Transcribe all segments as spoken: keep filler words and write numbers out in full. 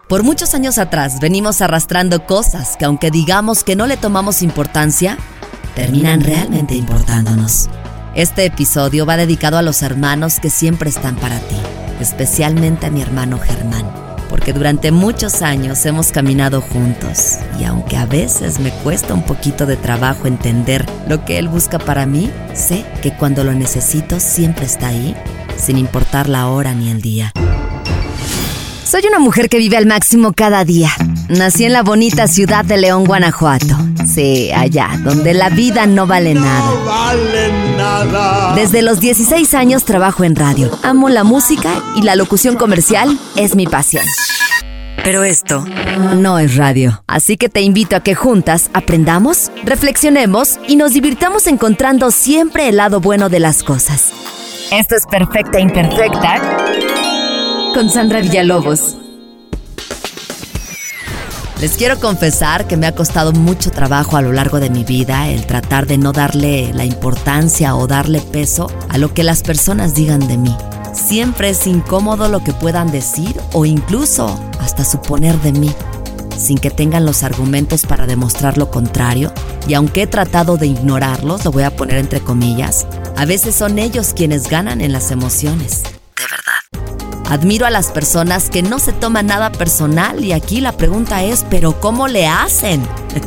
Por muchos años atrás venimos arrastrando cosas que, aunque digamos que no le tomamos importancia, terminan realmente importándonos. Este episodio va dedicado a los hermanos que siempre están para ti, especialmente a mi hermano Germán, porque durante muchos años hemos caminado juntos y aunque a veces me cuesta un poquito de trabajo entender lo que él busca para mí, sé que cuando lo necesito siempre está ahí, sin importar la hora ni el día. Soy una mujer que vive al máximo cada día. Nací en la bonita ciudad de León, Guanajuato. Sí, allá, donde la vida no vale nada. No vale nada. Desde los dieciséis años trabajo en radio. Amo la música y la locución comercial es mi pasión. Pero esto no es radio. Así que te invito a que juntas aprendamos, reflexionemos y nos divirtamos encontrando siempre el lado bueno de las cosas. Esto es Perfecta Imperfecta con Sandra Villalobos. Les quiero confesar que me ha costado mucho trabajo a lo largo de mi vida el tratar de no darle la importancia o darle peso a lo que las personas digan de mí. Siempre es incómodo lo que puedan decir o incluso hasta suponer de mí, sin que tengan los argumentos para demostrar lo contrario. Y aunque he tratado de ignorarlos, lo voy a poner entre comillas, a veces son ellos quienes ganan en las emociones. De verdad. Admiro a las personas que no se toman nada personal y aquí la pregunta es, ¿pero cómo le hacen?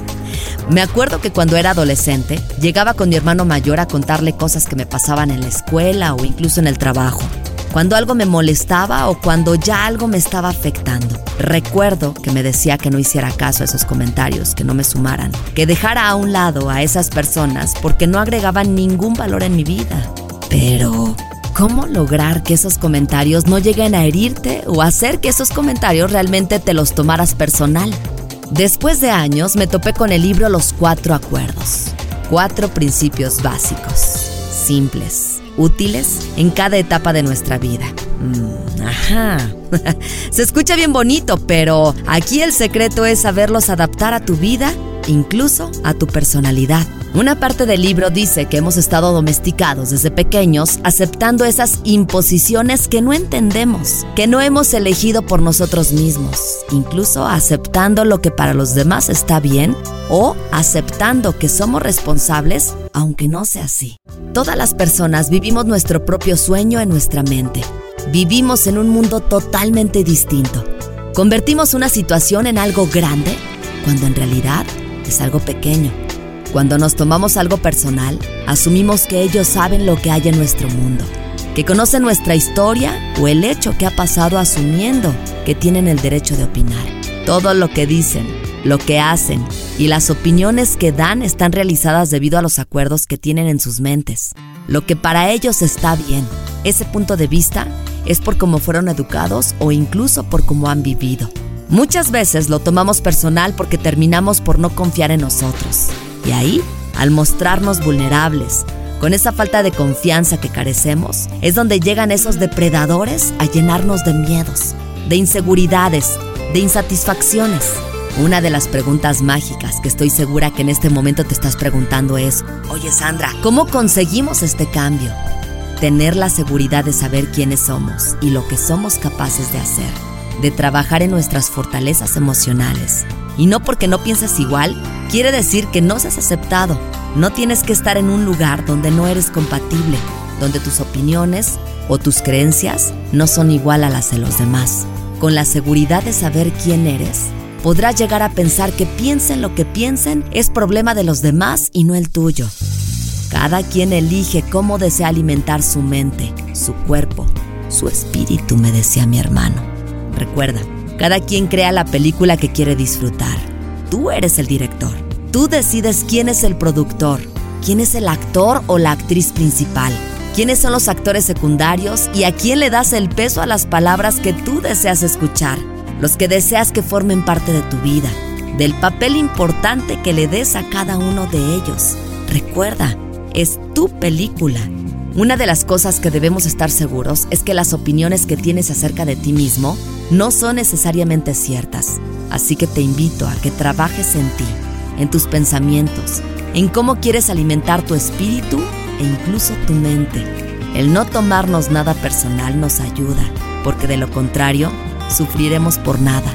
Me acuerdo que cuando era adolescente, llegaba con mi hermano mayor a contarle cosas que me pasaban en la escuela o incluso en el trabajo. Cuando algo me molestaba o cuando ya algo me estaba afectando. Recuerdo que me decía que no hiciera caso a esos comentarios, que no me sumaran, que dejara a un lado a esas personas porque no agregaban ningún valor en mi vida. Pero ¿cómo lograr que esos comentarios no lleguen a herirte o hacer que esos comentarios realmente te los tomaras personal? Después de años me topé con el libro Los Cuatro Acuerdos. Cuatro principios básicos, simples, útiles en cada etapa de nuestra vida. Mm, ajá. Se escucha bien bonito, pero aquí el secreto es saberlos adaptar a tu vida, incluso a tu personalidad. Una parte del libro dice que hemos estado domesticados desde pequeños, aceptando esas imposiciones que no entendemos, que no hemos elegido por nosotros mismos, incluso aceptando lo que para los demás está bien o aceptando que somos responsables, aunque no sea así. Todas las personas vivimos nuestro propio sueño en nuestra mente. Vivimos en un mundo totalmente distinto. Convertimos una situación en algo grande cuando en realidad es algo pequeño. Cuando nos tomamos algo personal, asumimos que ellos saben lo que hay en nuestro mundo, que conocen nuestra historia o el hecho que ha pasado, asumiendo que tienen el derecho de opinar. Todo lo que dicen, lo que hacen y las opiniones que dan están realizadas debido a los acuerdos que tienen en sus mentes. Lo que para ellos está bien, ese punto de vista es por cómo fueron educados o incluso por cómo han vivido. Muchas veces lo tomamos personal porque terminamos por no confiar en nosotros. Y ahí, al mostrarnos vulnerables, con esa falta de confianza que carecemos, es donde llegan esos depredadores a llenarnos de miedos, de inseguridades, de insatisfacciones. Una de las preguntas mágicas que estoy segura que en este momento te estás preguntando es: oye Sandra, ¿cómo conseguimos este cambio? Tener la seguridad de saber quiénes somos y lo que somos capaces de hacer, de trabajar en nuestras fortalezas emocionales. Y no porque no pienses igual, quiere decir que no seas aceptado. No tienes que estar en un lugar donde no eres compatible, donde tus opiniones o tus creencias no son igual a las de los demás. Con la seguridad de saber quién eres, podrás llegar a pensar que piensen lo que piensen es problema de los demás y no el tuyo. Cada quien elige cómo desea alimentar su mente, su cuerpo, su espíritu, me decía mi hermano. Recuerda, cada quien crea la película que quiere disfrutar. Tú eres el director. Tú decides quién es el productor, quién es el actor o la actriz principal, quiénes son los actores secundarios y a quién le das el peso a las palabras que tú deseas escuchar, los que deseas que formen parte de tu vida, del papel importante que le des a cada uno de ellos. Recuerda, es tu película. Una de las cosas que debemos estar seguros es que las opiniones que tienes acerca de ti mismo no son necesariamente ciertas. Así que te invito a que trabajes en ti, en tus pensamientos, en cómo quieres alimentar tu espíritu e incluso tu mente. El no tomarnos nada personal nos ayuda, porque de lo contrario, sufriremos por nada.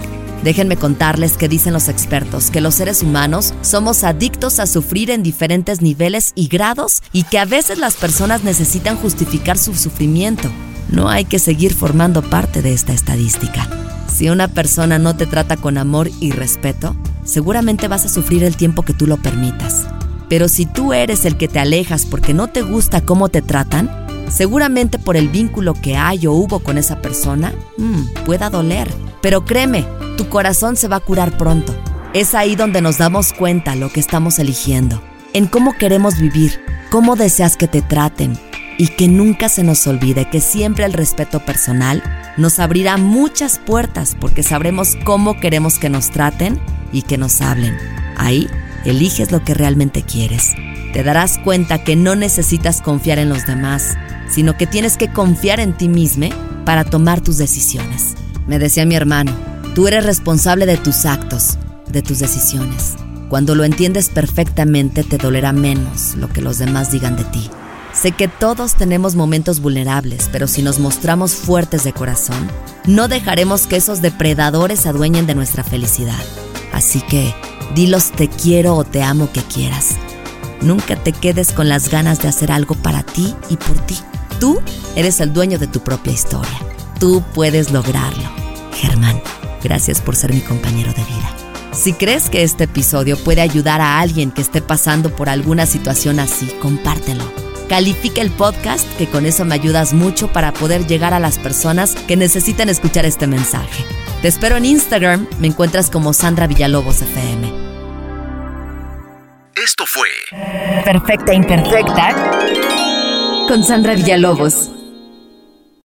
Déjenme contarles que dicen los expertos que los seres humanos somos adictos a sufrir en diferentes niveles y grados y que a veces las personas necesitan justificar su sufrimiento. No hay que seguir formando parte de esta estadística. Si una persona no te trata con amor y respeto, seguramente vas a sufrir el tiempo que tú lo permitas. Pero si tú eres el que te alejas porque no te gusta cómo te tratan, seguramente por el vínculo que hay o hubo con esa persona, mmm, pueda doler. Pero créeme, tu corazón se va a curar pronto. Es ahí donde nos damos cuenta lo que estamos eligiendo, en cómo queremos vivir, cómo deseas que te traten, y que nunca se nos olvide que siempre el respeto personal nos abrirá muchas puertas porque sabremos cómo queremos que nos traten y que nos hablen. Ahí eliges lo que realmente quieres. Te darás cuenta que no necesitas confiar en los demás, sino que tienes que confiar en ti mismo para tomar tus decisiones. Me decía mi hermano, tú eres responsable de tus actos, de tus decisiones. Cuando lo entiendes perfectamente, te dolerá menos lo que los demás digan de ti. Sé que todos tenemos momentos vulnerables, pero si nos mostramos fuertes de corazón, no dejaremos que esos depredadores se adueñen de nuestra felicidad. Así que, dilos te quiero o te amo que quieras. Nunca te quedes con las ganas de hacer algo para ti y por ti. Tú eres el dueño de tu propia historia. Tú puedes lograrlo. Germán, gracias por ser mi compañero de vida. Si crees que este episodio puede ayudar a alguien que esté pasando por alguna situación así, compártelo. Califica el podcast, que con eso me ayudas mucho para poder llegar a las personas que necesitan escuchar este mensaje. Te espero en Instagram, me encuentras como Sandra Villalobos F M. Esto fue Perfecta Imperfecta con Sandra Villalobos.